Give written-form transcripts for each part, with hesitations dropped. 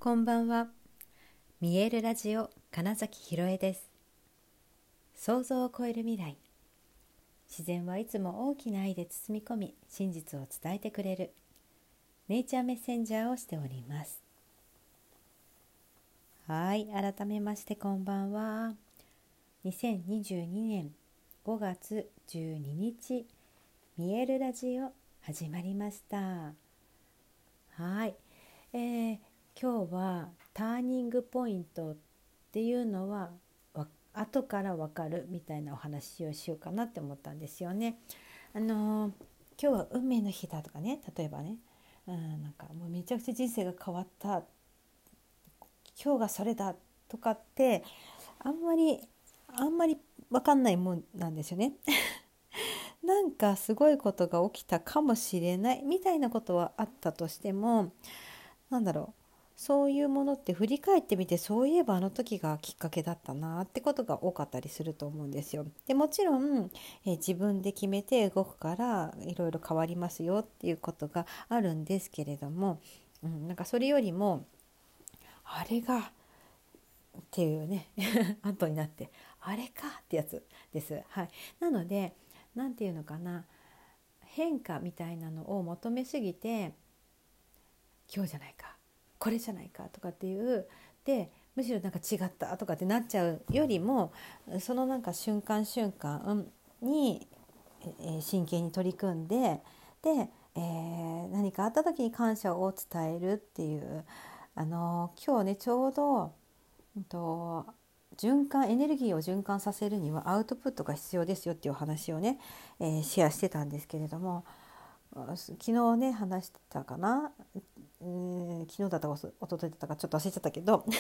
こんばんは。見えるラジオ金崎ひろえです。想像を超える未来。自然はいつも大きな愛で包み込み、真実を伝えてくれるネイチャーメッセンジャーをしております。はい、改めましてこんばんは。2022年5月12日、見えるラジオ始まりました。はい、今日はターニングポイントっていうのは後から分かるみたいなお話をしようかなって思ったんですよね。今日は運命の日だとかね、例えばね、なんかもうめちゃくちゃ人生が変わった、今日がそれだとかってあんまり分かんないもんなんですよね。なんかすごいことが起きたかもしれないみたいなことはあったとしても、そういうものって振り返ってみて、そういえばあの時がきっかけだったなってことが多かったりすると思うんですよ。でもちろん、自分で決めて動くからいろいろ変わりますよっていうことがあるんですけれども、なんかそれよりもあれがっていうね後になってあれかってやつです。はい、なのでなんていうのかな、変化みたいなのを求めすぎて、今日じゃないかこれじゃないかとかっていうで、むしろなんか違ったとかってなっちゃうよりも、そのなんか瞬間瞬間に、真剣に取り組んで、で、何かあった時に感謝を伝えるっていう、今日ねちょうど、エネルギーを循環させるにはアウトプットが必要ですよっていうお話をね、シェアしてたんですけれども、昨日ね話してたかな、昨日だったか一昨日だったかちょっと忘れちゃったけど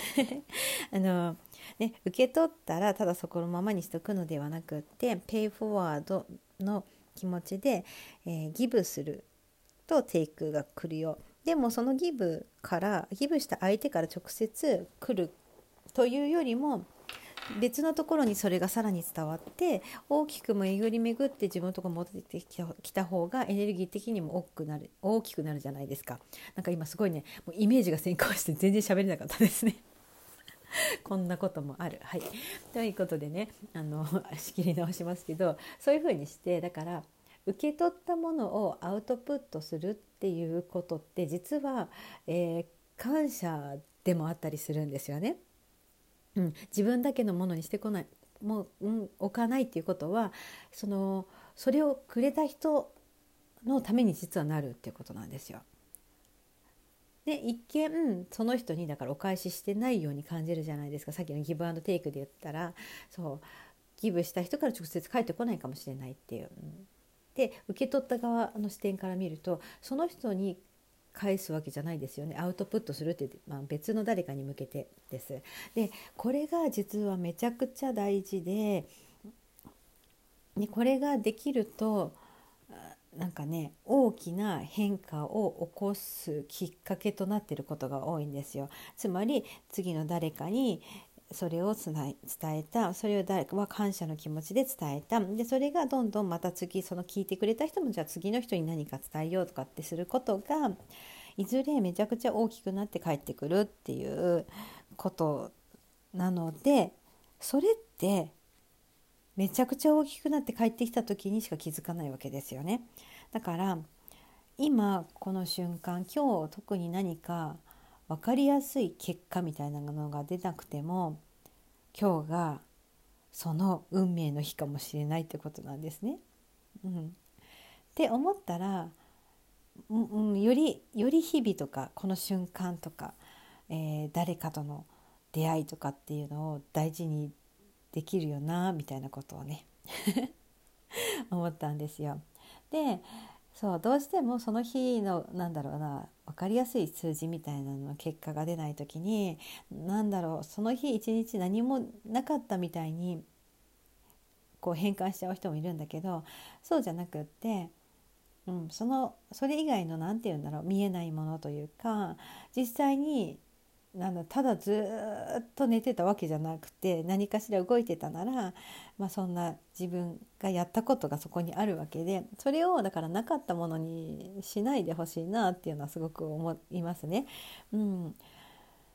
受け取ったらただそこのままにしとくのではなくって、ペイフォワードの気持ちで、ギブするとテイクが来るよ。でもそのギブした相手から直接来るというよりも、別のところにそれがさらに伝わって大きく巡り巡って自分のところに戻ってきた方がエネルギー的にも大きくなるじゃないですか。なんか今すごいね、もうイメージが先行して全然喋れなかったですね。こんなこともある。はい、ということでね、仕切り直しますけど、そういう風にして、だから受け取ったものをアウトプットするっていうことって実は、感謝でもあったりするんですよね。自分だけのものにしてこない、置かないっていうことは、それをくれた人のために実はなるっていうことなんですよ。で一見その人にだからお返ししてないように感じるじゃないですか。さっきのギブアンドテイクで言ったら、そうギブした人から直接返ってこないかもしれないっていう、で受け取った側の視点から見ると、その人に返すわけじゃないですよね。アウトプットするって、別の誰かに向けてです。でこれが実はめちゃくちゃ大事で、これができるとなんかね、大きな変化を起こすきっかけとなっていることが多いんですよ。つまり次の誰かにそれを伝えた、それを誰かは感謝の気持ちで伝えた。でそれがどんどんまた次、その聞いてくれた人もじゃあ次の人に何か伝えようとかってすることが、いずれめちゃくちゃ大きくなって帰ってくるっていうことなので、それってめちゃくちゃ大きくなって帰ってきた時にしか気づかないわけですよね。だから今この瞬間、今日特に何か分かりやすい結果みたいなのが出なくても、今日がその運命の日かもしれないってことなんですね。って思ったら、より日々とかこの瞬間とか、誰かとの出会いとかっていうのを大事にできるよなみたいなことをね思ったんですよ。でそう、どうしてもその日の分かりやすい数字みたいなの結果が出ない時に、その日一日何もなかったみたいにこう変換しちゃう人もいるんだけど、そうじゃなくって、それ以外の見えないものというか、実際にただずっと寝てたわけじゃなくて、何かしら動いてたなら、そんな自分がやったことがそこにあるわけで、それをだからなかったものにしないでほしいなっていうのはすごく思いますね。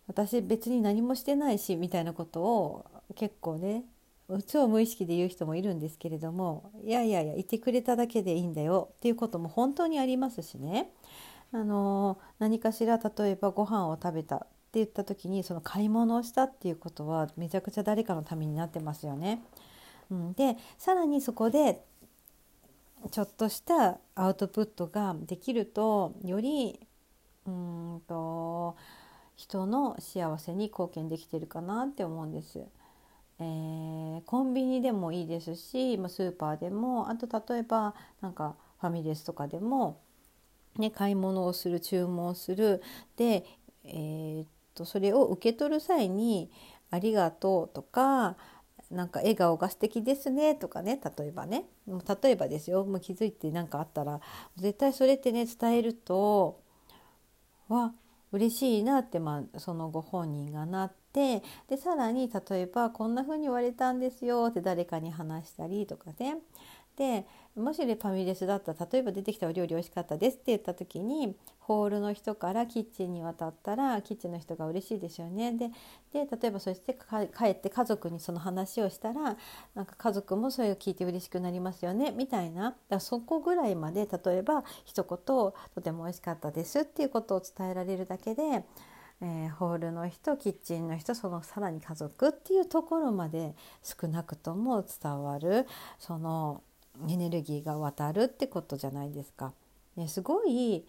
私別に何もしてないしみたいなことを結構ね超無意識で言う人もいるんですけれども、いやいやいやいてくれただけでいいんだよっていうことも本当にありますしね。何かしら例えばご飯を食べたって言った時にその買い物をしたっていうことはめちゃくちゃ誰かのためになってますよね。でさらにそこでちょっとしたアウトプットができるとより人の幸せに貢献できてるかなって思うんです。コンビニでもいいですし、スーパーでも、あと例えばなんかファミレスとかでも、ね、買い物をする注文をするで、それを受け取る際に「ありがとう」とかなんか「笑顔が素敵ですね」とかね、例えばね、もう例えばですよ、もう気づいて何かあったら絶対それってね伝えると嬉しいなって、そのご本人がなって、でさらに例えばこんな風に言われたんですよって誰かに話したりとかね。でもしファミレスだったら例えば出てきたお料理美味しかったですって言った時にホールの人からキッチンに渡ったらキッチンの人が嬉しいですよね。で例えばそして帰って家族にその話をしたらなんか家族もそれを聞いて嬉しくなりますよねみたいな。だからそこぐらいまで例えば一言とても美味しかったですっていうことを伝えられるだけで、ホールの人キッチンの人そのさらに家族っていうところまで少なくとも伝わるそのエネルギーが渡るってことじゃないですか。すごい、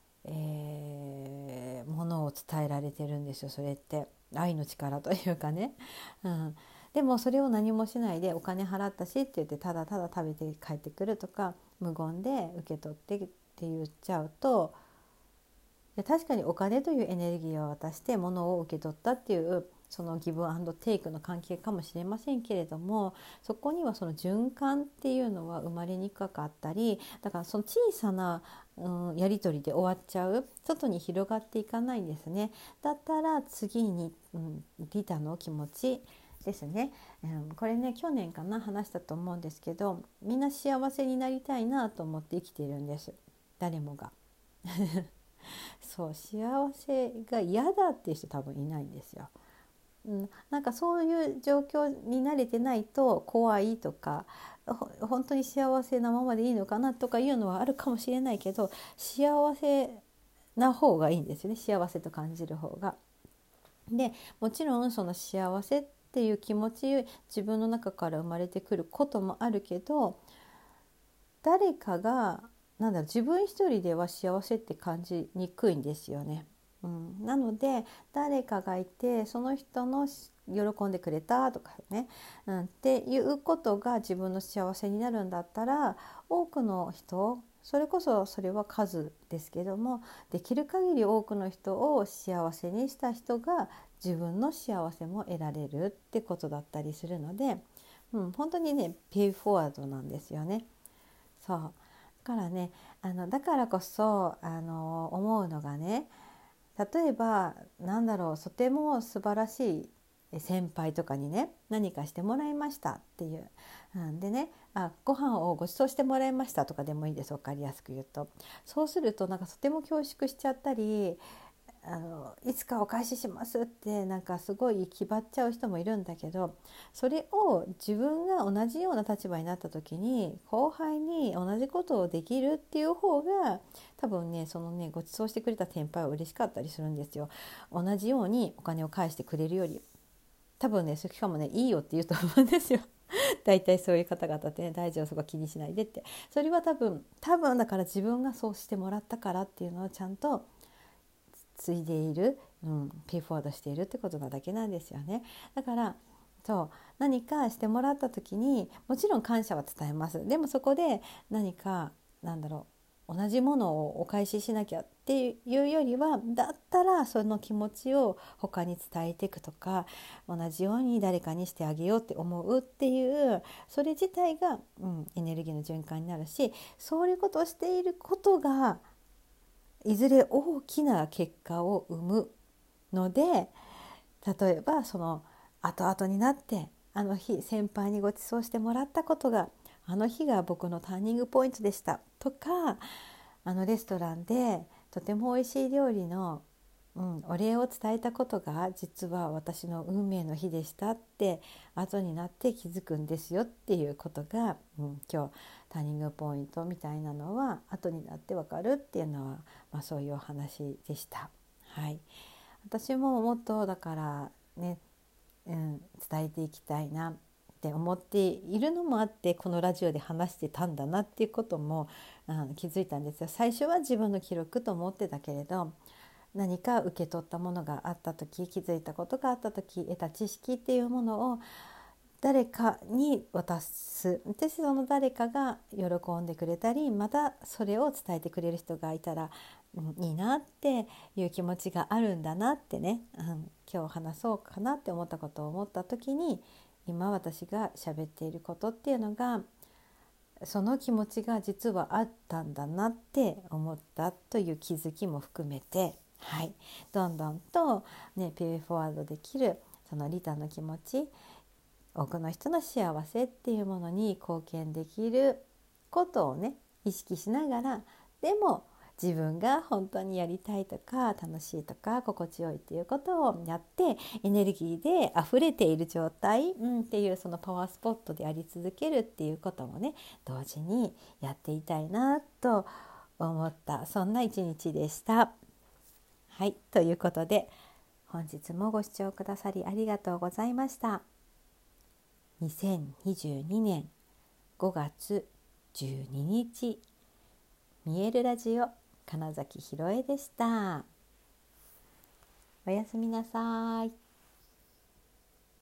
ものを伝えられてるんですよ、それって愛の力というかね、でもそれを何もしないでお金払ったしって言ってただただ食べて帰ってくるとか無言で受け取ってって言っちゃうと、確かにお金というエネルギーを渡して物を受け取ったっていうそのギブアンドテイクの関係かもしれませんけれども、そこにはその循環っていうのは生まれにくかったり、だからその小さな、やり取りで終わっちゃう、外に広がっていかないんですね。だったら次に、利他の気持ちですね、これね去年かな話したと思うんですけど、みんな幸せになりたいなと思って生きているんです、誰もがそう幸せが嫌だっていう人多分いないんですよ。なんかそういう状況に慣れてないと怖いとか本当に幸せなままでいいのかなとかいうのはあるかもしれないけど、幸せな方がいいんですよね、幸せと感じる方が。でもちろんその幸せっていう気持ち自分の中から生まれてくることもあるけど、誰かが自分一人では幸せって感じにくいんですよね。なので誰かがいてその人の喜んでくれたとかね、っていうことが自分の幸せになるんだったら、多くの人、それこそそれは数ですけども、できる限り多くの人を幸せにした人が自分の幸せも得られるってことだったりするので、本当にねペイフォワードなんですよね。そうだからね、だからこそ思うのがね、例えばとても素晴らしい先輩とかにね何かしてもらいましたっていう、でねご飯をご馳走してもらいましたとかでもいいです、分かりやすく言うと。そうするととても恐縮しちゃったり、いつかお返ししますってすごい気張っちゃう人もいるんだけど、それを自分が同じような立場になった時に後輩に同じことをできるっていう方が多分ね、そのねご馳走してくれた先輩は嬉しかったりするんですよ。同じようにお金を返してくれるより多分ね、しかもねいいよって言うと思うんですよ大体そういう方々ってね、大丈夫そこ気にしないでって。それは多分だから自分がそうしてもらったからっていうのをちゃんと継いでいる、ペイフォワードしているってことなだけなんですよね。だから何かしてもらった時にもちろん感謝は伝えます。でもそこで何か同じものをお返ししなきゃっていうよりは、だったらその気持ちを他に伝えていくとか、同じように誰かにしてあげようって思うっていうそれ自体が、エネルギーの循環になるし、そういうことをしていることがいずれ大きな結果を生むので、例えばその後々になってあの日先輩にご馳走してもらったことがあの日が僕のターニングポイントでしたとか、あのレストランでとても美味しい料理のお礼を伝えたことが実は私の運命の日でしたって後になって気づくんですよっていうことが、今日ターニングポイントみたいなのは後になってわかるっていうのは、そういうお話でした。はい、私ももっとだからね、伝えていきたいなって思っているのもあってこのラジオで話してたんだなっていうことも、気づいたんですよ。最初は自分の記録と思ってたけれど、何か受け取ったものがあった時、気づいたことがあった時、得た知識っていうものを誰かに渡す。でその誰かが喜んでくれたり、またそれを伝えてくれる人がいたら、いいなっていう気持ちがあるんだなってね、今日話そうかなって思ったことを思った時に、今私が喋っていることっていうのがその気持ちが実はあったんだなって思ったという気づきも含めて、はい、どんどんと、ペイフォワードできるその利他の気持ち、多くの人の幸せっていうものに貢献できることをね意識しながら、でも自分が本当にやりたいとか楽しいとか心地よいっていうことをやってエネルギーで溢れている状態、っていうそのパワースポットであり続けるっていうこともね同時にやっていたいなと思った、そんな一日でした。はい、ということで本日もご視聴くださりありがとうございました。2022年5月12日見えるラジオ金崎ひろえでした。おやすみなさい。